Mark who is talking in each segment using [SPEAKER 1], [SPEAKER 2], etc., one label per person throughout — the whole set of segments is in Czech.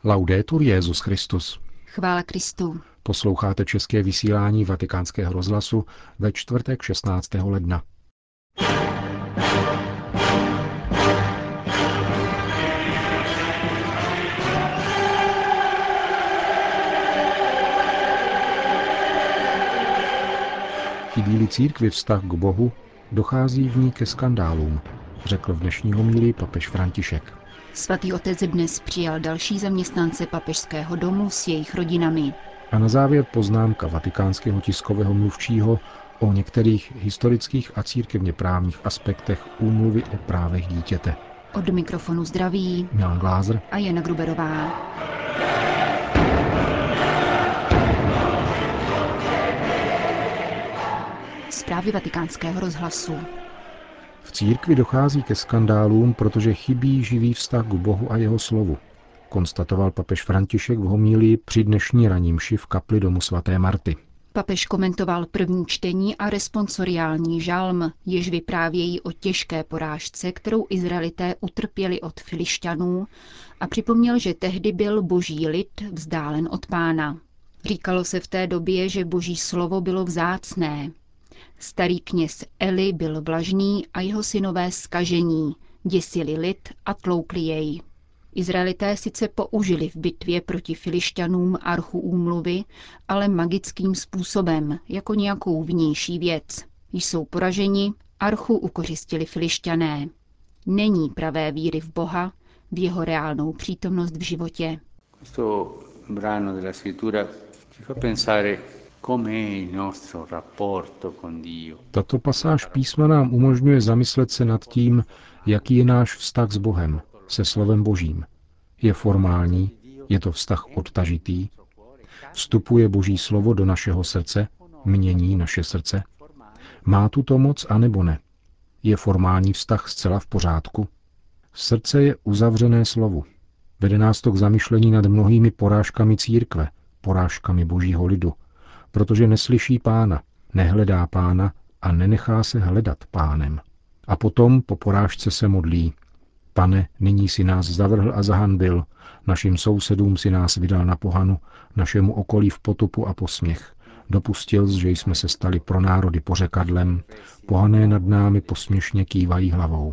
[SPEAKER 1] Laudetur Jesus Christus.
[SPEAKER 2] Chvála Kristu.
[SPEAKER 1] Posloucháte české vysílání Vatikánského rozhlasu ve čtvrtek 16. ledna. Chybí-li církvi vztah k Bohu, dochází v ní ke skandálům, řekl v dnešní homílii papež František.
[SPEAKER 2] Svatý otec dnes přijal další zaměstnance papežského domu s jejich rodinami.
[SPEAKER 1] A na závěr poznámka vatikánského tiskového mluvčího o některých historických a církevně právních aspektech úmluvy o právech dítěte.
[SPEAKER 2] Od mikrofonu zdraví
[SPEAKER 1] Milan Glázer
[SPEAKER 2] a Jana Gruberová. Zprávy Vatikánského rozhlasu.
[SPEAKER 1] V církvi dochází ke skandálům, protože chybí živý vztah k Bohu a jeho slovu, konstatoval papež František v homílii při dnešní ranní mši v kapli domu svaté Marty.
[SPEAKER 2] Papež komentoval první čtení a responsoriální žalm, jež vyprávějí o těžké porážce, kterou Izraelité utrpěli od Filišťanů, a připomněl, že tehdy byl boží lid vzdálen od Pána. Říkalo se v té době, že boží slovo bylo vzácné. Starý kněz Eli byl vlažný a jeho synové zkažení, děsili lid a tloukli jej. Izraelité sice použili v bitvě proti Filišťanům archu úmluvy, ale magickým způsobem, jako nějakou vnější věc. Jsou poraženi, archu ukořistili Filišťané. Není pravé víry v Boha, v jeho reálnou přítomnost v životě.
[SPEAKER 1] Tato pasáž písma nám umožňuje zamyslet se nad tím, jaký je náš vztah s Bohem, se slovem Božím. Je formální, je to vztah odtažitý, vstupuje Boží slovo do našeho srdce, mění naše srdce. Má tuto moc, anebo ne? Je formální vztah zcela v pořádku? Srdce je uzavřené slovu. Vede nás to k zamyšlení nad mnohými porážkami církve, porážkami Božího lidu, protože neslyší Pána, nehledá Pána a nenechá se hledat Pánem. A potom po porážce se modlí: Pane, nyní si nás zavrhl a zahanbil, našim sousedům si nás vydal na pohanu, našemu okolí v potupu a posměch. Dopustil, že jsme se stali pro národy pořekadlem, pohané nad námi posměšně kývají hlavou.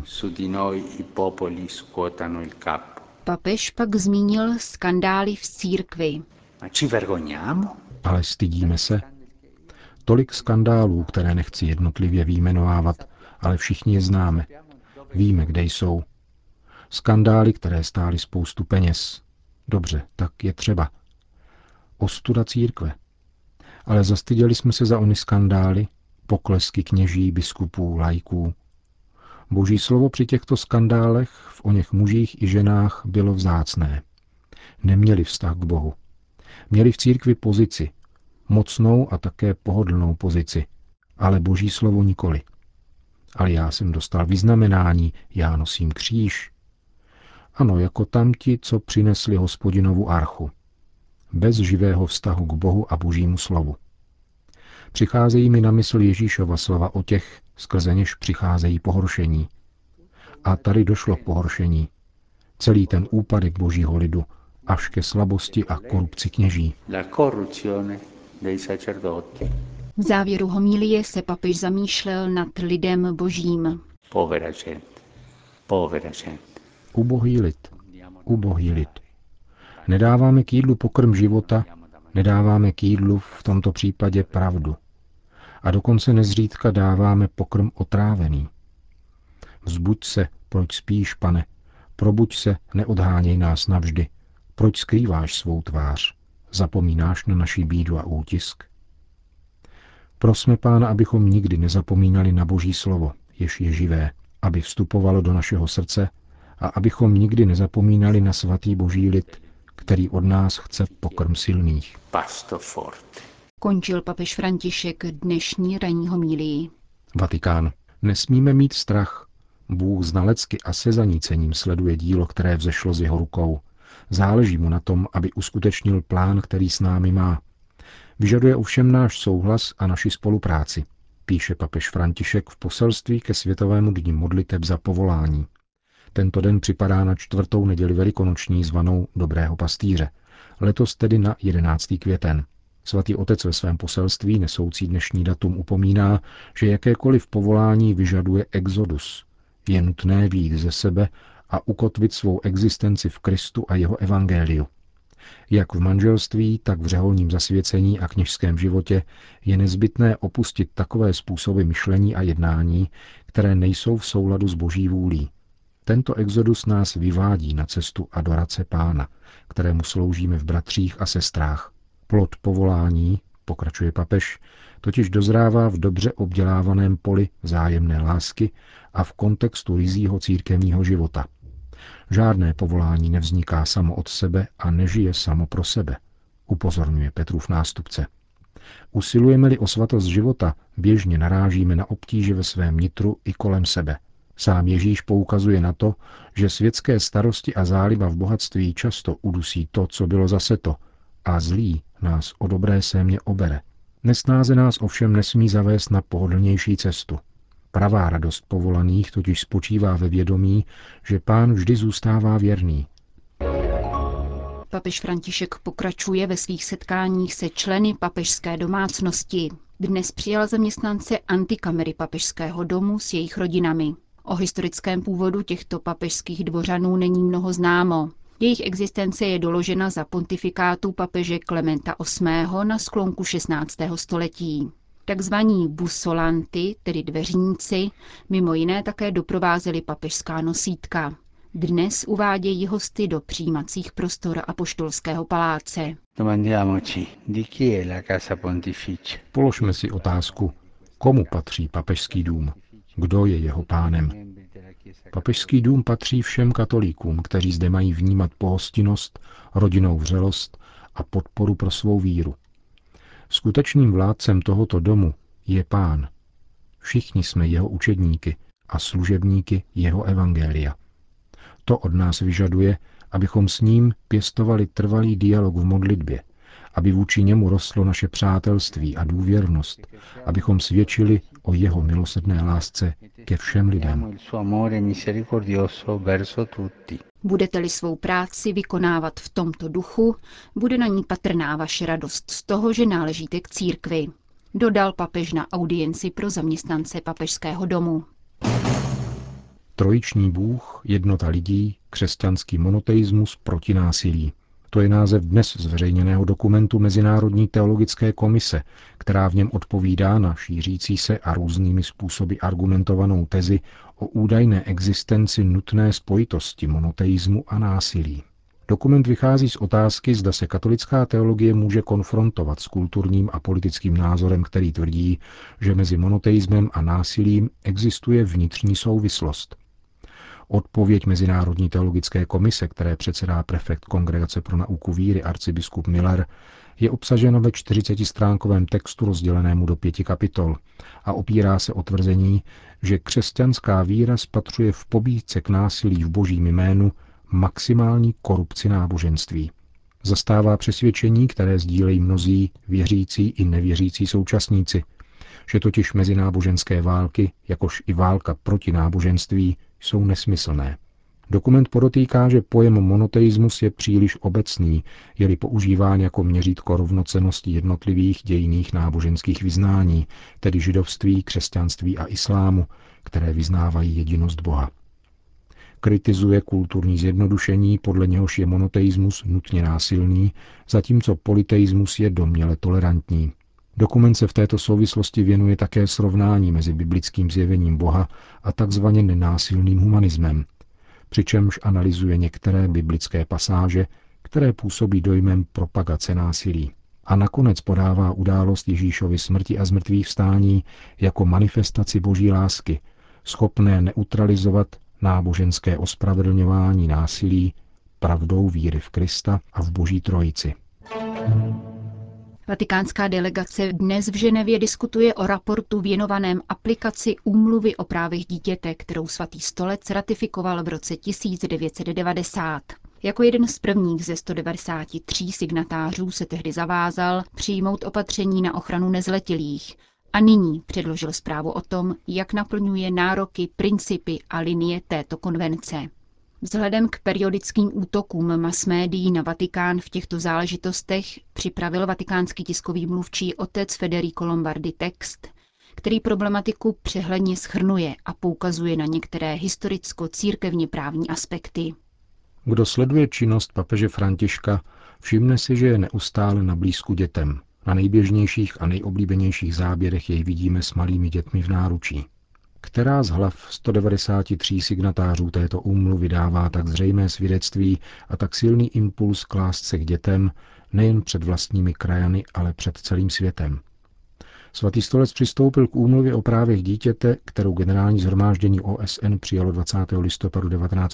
[SPEAKER 2] Papež pak zmínil skandály v církvi.
[SPEAKER 1] Ale stydíme se? Tolik skandálů, které nechci jednotlivě vyjmenovávat, ale všichni je známe. Víme, kde jsou. Skandály, které stály spoustu peněz. Dobře, tak je třeba. Ostuda církve. Ale zastyděli jsme se za ony skandály, poklesky kněží, biskupů, laiků. Boží slovo při těchto skandálech v oněch mužích i ženách bylo vzácné. Neměli vztah k Bohu. Měli v církvi pozici, mocnou a také pohodlnou pozici, ale Boží slovo nikoli. Ale já jsem dostal vyznamenání, já nosím kříž. Ano, jako tamti, co přinesli Hospodinovu archu. Bez živého vztahu k Bohu a Božímu slovu. Přicházejí mi na mysl Ježíšova slova o těch, skrze něž přicházejí pohoršení. A tady došlo k pohoršení. Celý ten úpadek Božího lidu, až ke slabosti a korupci kněží.
[SPEAKER 2] V závěru homilie se papež zamýšlel nad lidem božím.
[SPEAKER 1] Ubohý lid, ubohý lid. Nedáváme k jídlu pokrm života, nedáváme k jídlu v tomto případě pravdu. A dokonce nezřídka dáváme pokrm otrávený. Vzbuď se, proč spíš, Pane, probuď se, neodháněj nás navždy. Proč skrýváš svou tvář? Zapomínáš na naši bídu a útisk? Prosme Pána, abychom nikdy nezapomínali na Boží slovo, jež je živé, aby vstupovalo do našeho srdce a abychom nikdy nezapomínali na svatý Boží lid, který od nás chce pokrm silných.
[SPEAKER 2] Končil papež František dnešní ranní homílii.
[SPEAKER 1] Vatikán. Nesmíme mít strach. Bůh znalecky a se zanícením sleduje dílo, které vzešlo z jeho rukou. Záleží mu na tom, aby uskutečnil plán, který s námi má. Vyžaduje ovšem náš souhlas a naši spolupráci, píše papež František v poselství ke Světovému dni modliteb za povolání. Tento den připadá na 4. neděli velikonoční zvanou Dobrého pastýře. Letos tedy na 11. květen. Svatý otec ve svém poselství nesoucí dnešní datum upomíná, že jakékoliv povolání vyžaduje exodus. Je nutné vyjít ze sebe a ukotvit svou existenci v Kristu a jeho evangeliu. Jak v manželství, tak v řeholním zasvěcení a kněžském životě je nezbytné opustit takové způsoby myšlení a jednání, které nejsou v souladu s Boží vůlí. Tento exodus nás vyvádí na cestu adorace Pána, kterému sloužíme v bratřích a sestrách. Plod povolání, pokračuje papež, totiž dozrává v dobře obdělávaném poli vzájemné lásky a v kontextu ryzího církevního života. Žádné povolání nevzniká samo od sebe a nežije samo pro sebe, upozorňuje Petrův nástupce. Usilujeme-li o svatost života, běžně narážíme na obtíže ve svém nitru i kolem sebe. Sám Ježíš poukazuje na to, že světské starosti a záliba v bohatství často udusí to, co bylo zaseto, a zlý nás o dobré sémě obere. Nesnáze nás ovšem nesmí zavést na pohodlnější cestu. Pravá radost povolaných totiž spočívá ve vědomí, že Pán vždy zůstává věrný.
[SPEAKER 2] Papež František pokračuje ve svých setkáních se členy papežské domácnosti. Dnes přijal zaměstnance antikamery papežského domu s jejich rodinami. O historickém původu těchto papežských dvořanů není mnoho známo. Jejich existence je doložena za pontifikátu papeže Klementa VIII. Na sklonku 16. století. Takzvaní busolanty, tedy dveřníci, mimo jiné také doprovázeli papežská nosítka. Dnes uvádějí hosty do přijímacích prostor apoštolského paláce.
[SPEAKER 1] Položme si otázku, komu patří papežský dům, kdo je jeho pánem. Papežský dům patří všem katolíkům, kteří zde mají vnímat pohostinnost, rodinnou vřelost a podporu pro svou víru. Skutečným vládcem tohoto domu je Pán. Všichni jsme jeho učedníky a služebníky jeho evangelia. To od nás vyžaduje, abychom s ním pěstovali trvalý dialog v modlitbě, aby vůči němu rostlo naše přátelství a důvěrnost, abychom svědčili o jeho milosrdné lásce ke všem lidem.
[SPEAKER 2] Budete-li svou práci vykonávat v tomto duchu, bude na ní patrná vaše radost z toho, že náležíte k církvi, dodal papež na audienci pro zaměstnance papežského domu.
[SPEAKER 1] Trojiční Bůh, jednota lidí, křesťanský monoteismus proti násilí. To je název dnes zveřejněného dokumentu Mezinárodní teologické komise, která v něm odpovídá na šířící se a různými způsoby argumentovanou tezi o údajné existenci nutné spojitosti monoteismu a násilí. Dokument vychází z otázky, zda se katolická teologie může konfrontovat s kulturním a politickým názorem, který tvrdí, že mezi monoteismem a násilím existuje vnitřní souvislost. Odpověď Mezinárodní teologické komise, které předsedá prefekt Kongregace pro nauku víry arcibiskup Miller, je obsažena ve 40stránkovém textu rozdělenému do 5 kapitol a opírá se o tvrzení, že křesťanská víra spatřuje v pobídce k násilí v božím jménu maximální korupci náboženství. Zastává přesvědčení, které sdílejí mnozí věřící i nevěřící současníci, že totiž mezináboženské války, jakož i válka proti náboženství, jsou nesmyslné. Dokument podotýká, že pojem monoteismus je příliš obecný, je-li používán jako měřítko rovnocennosti jednotlivých dějinných náboženských vyznání, tedy židovství, křesťanství a islámu, které vyznávají jedinost Boha. Kritizuje kulturní zjednodušení, podle něhož je monoteismus nutně násilný, zatímco polyteismus je domněle tolerantní. Dokument se v této souvislosti věnuje také srovnání mezi biblickým zjevením Boha a takzvaně nenásilným humanismem, přičemž analyzuje některé biblické pasáže, které působí dojmem propagace násilí. A nakonec podává událost Ježíšovy smrti a zmrtvýchvstání jako manifestaci boží lásky, schopné neutralizovat náboženské ospravedlňování násilí pravdou víry v Krista a v Boží trojici.
[SPEAKER 2] Vatikánská delegace dnes v Ženevě diskutuje o raportu věnovaném aplikaci Úmluvy o právech dítěte, kterou Svatý stolec ratifikoval v roce 1990. Jako jeden z prvních ze 193 signatářů se tehdy zavázal přijmout opatření na ochranu nezletilých a nyní předložil zprávu o tom, jak naplňuje nároky, principy a linie této konvence. Vzhledem k periodickým útokům masmédií na Vatikán v těchto záležitostech připravil vatikánský tiskový mluvčí otec Federico Lombardi text, který problematiku přehledně shrnuje a poukazuje na některé historicko-církevně právní aspekty.
[SPEAKER 1] Kdo sleduje činnost papeže Františka, všimne si, že je neustále na blízku dětem. Na nejběžnějších a nejoblíbenějších záběrech jej vidíme s malými dětmi v náručí. Která z hlav 193 signatářů této úmluvy dává tak zřejmé svědectví a tak silný impuls k lásce k dětem nejen před vlastními krajany, ale před celým světem. Svatý stolec přistoupil k úmluvě o právech dítěte, kterou generální shromáždění OSN přijalo 20. listopadu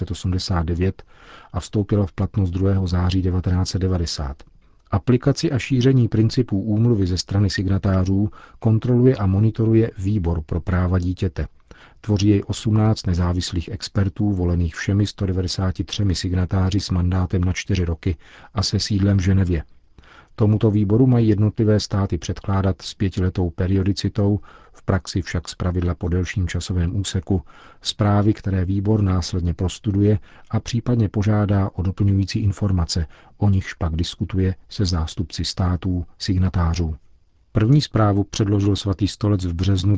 [SPEAKER 1] 1989 a vstoupila v platnost 2. září 1990. Aplikaci a šíření principů úmluvy ze strany signatářů kontroluje a monitoruje Výbor pro práva dítěte. Tvoří jej 18 nezávislých expertů volených všemi 193 signatáři s mandátem na 4 roky a se sídlem v Ženevě. Tomuto výboru mají jednotlivé státy předkládat s 5letou periodicitou, v praxi však zpravidla po delším časovém úseku, zprávy, které výbor následně prostuduje a případně požádá o doplňující informace, o nichž pak diskutuje se zástupci států, signatářů. První zprávu předložil Svatý stolec v březnu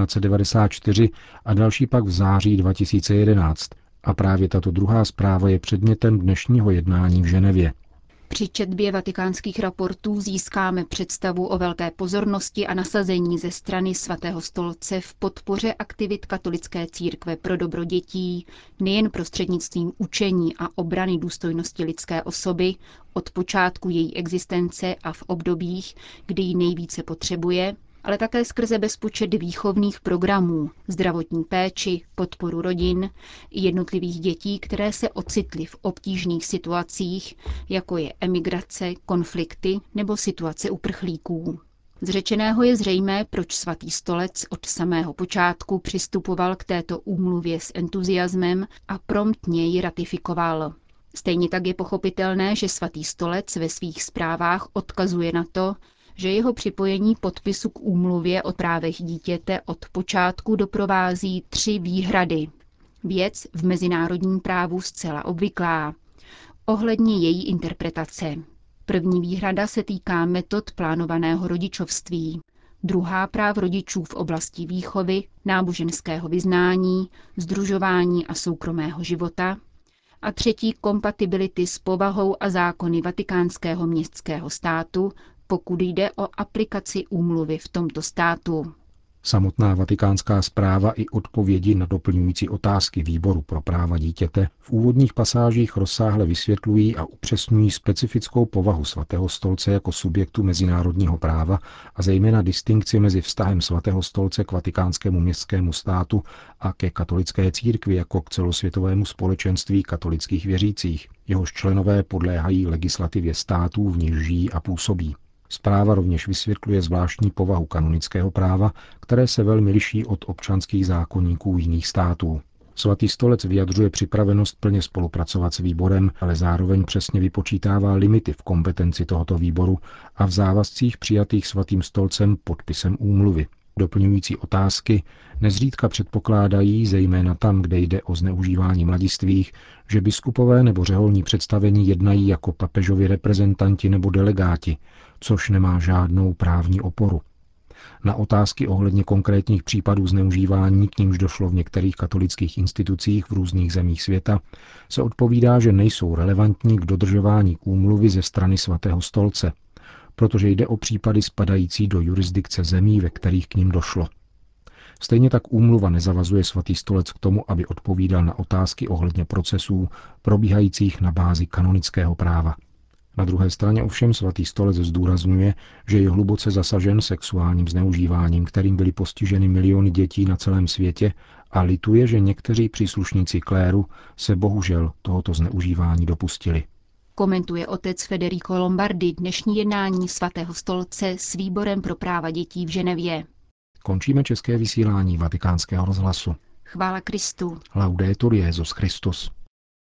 [SPEAKER 1] 1994 a další pak v září 2011. A právě tato druhá zpráva je předmětem dnešního jednání v Ženevě.
[SPEAKER 2] Při četbě vatikánských raportů získáme představu o velké pozornosti a nasazení ze strany Svatého stolce v podpoře aktivit katolické církve pro dobro dětí, nejen prostřednictvím učení a obrany důstojnosti lidské osoby od počátku její existence a v obdobích, kdy ji nejvíce potřebuje, ale také skrze bezpočet výchovných programů, zdravotní péči, podporu rodin i jednotlivých dětí, které se ocitly v obtížných situacích, jako je emigrace, konflikty nebo situace uprchlíků. Z řečeného je zřejmé, proč Svatý stolec od samého počátku přistupoval k této úmluvě s entuziasmem a promptně ji ratifikoval. Stejně tak je pochopitelné, že Svatý stolec ve svých zprávách odkazuje na to, že jeho připojení podpisu k úmluvě o právech dítěte od počátku doprovází 3 výhrady. Věc v mezinárodním právu zcela obvyklá. Ohledně její interpretace. První výhrada se týká metod plánovaného rodičovství. Druhá práv rodičů v oblasti výchovy, náboženského vyznání, sdružování a soukromého života. A třetí kompatibility s povahou a zákony vatikánského městského státu, pokud jde o aplikaci úmluvy v tomto státu.
[SPEAKER 1] Samotná vatikánská zpráva i odpovědi na doplňující otázky Výboru pro práva dítěte v úvodních pasážích rozsáhle vysvětlují a upřesňují specifickou povahu Svatého stolce jako subjektu mezinárodního práva a zejména distinkci mezi vztahem Svatého stolce k vatikánskému městskému státu a ke katolické církvi jako k celosvětovému společenství katolických věřících. Jehož členové podléhají legislativě států, v níž žijí a působí. Zpráva rovněž vysvětluje zvláštní povahu kanonického práva, které se velmi liší od občanských zákoníků jiných států. Svatý stolec vyjadřuje připravenost plně spolupracovat s výborem, ale zároveň přesně vypočítává limity v kompetenci tohoto výboru a v závazcích přijatých Svatým stolcem podpisem úmluvy. Doplňující otázky nezřídka předpokládají, zejména tam, kde jde o zneužívání mladistvých, že biskupové nebo řeholní představení jednají jako papežovi reprezentanti nebo delegáti, což nemá žádnou právní oporu. Na otázky ohledně konkrétních případů zneužívání, k nímž došlo v některých katolických institucích v různých zemích světa, se odpovídá, že nejsou relevantní k dodržování úmluvy ze strany Svatého stolce, protože jde o případy spadající do jurisdikce zemí, ve kterých k nim došlo. Stejně tak úmluva nezavazuje Svatý stolec k tomu, aby odpovídal na otázky ohledně procesů probíhajících na bázi kanonického práva. Na druhé straně ovšem Svatý stolec zdůrazňuje, že je hluboce zasažen sexuálním zneužíváním, kterým byly postiženy miliony dětí na celém světě, a lituje, že někteří příslušníci kléru se bohužel tohoto zneužívání dopustili.
[SPEAKER 2] Komentuje otec Federico Lombardi dnešní jednání Svatého stolce s Výborem pro práva dětí v Ženevě.
[SPEAKER 1] Končíme české vysílání Vatikánského rozhlasu.
[SPEAKER 2] Chvála Kristu.
[SPEAKER 1] Laudetur Jesus Christus.